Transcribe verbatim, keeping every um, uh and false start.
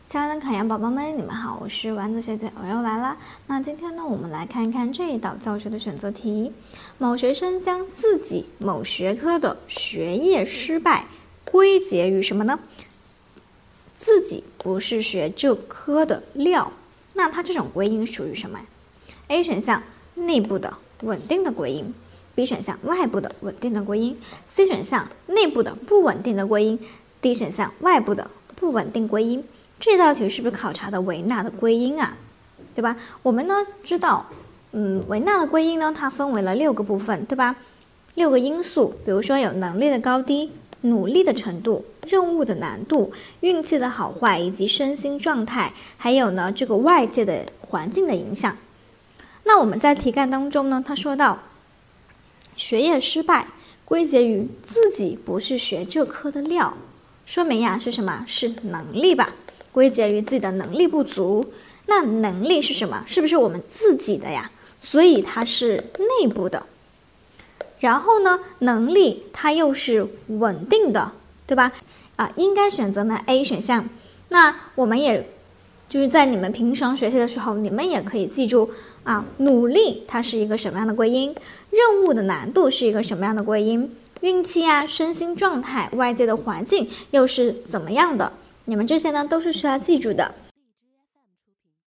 亲爱的考研宝宝们，你们好，我是丸子学姐，我又来啦。那今天呢，我们来看一看这一道教学的选择题。某学生将自己某学科的学业失败归结于什么呢？自己不是学这科的料，那它这种归因属于什么 ？A 选项内部的稳定的归因 ，B 选项外部的稳定的归因 ，C 选项内部的不稳定的归因 ，D 选项外部的不稳定归因。这道题是不是考察的维纳的归因啊？对吧？我们呢知道，嗯，维纳的归因呢，它分为了六个部分，对吧？六个因素，比如说有能力的高低、努力的程度、任务的难度、运气的好坏以及身心状态，还有呢这个外界的环境的影响。那我们在题干当中呢，他说到学业失败归结于自己不是学这科的料，说明呀是什么？是能力吧？归结于自己的能力不足。那能力是什么？是不是我们自己的呀？所以它是内部的。然后呢，能力它又是稳定的，对吧？啊，应该选择呢 A 选项。那我们也就是在你们平常学习的时候，你们也可以记住啊，努力它是一个什么样的归因，任务的难度是一个什么样的归因，运气啊、身心状态、外界的环境又是怎么样的？你们这些呢都是需要记住的。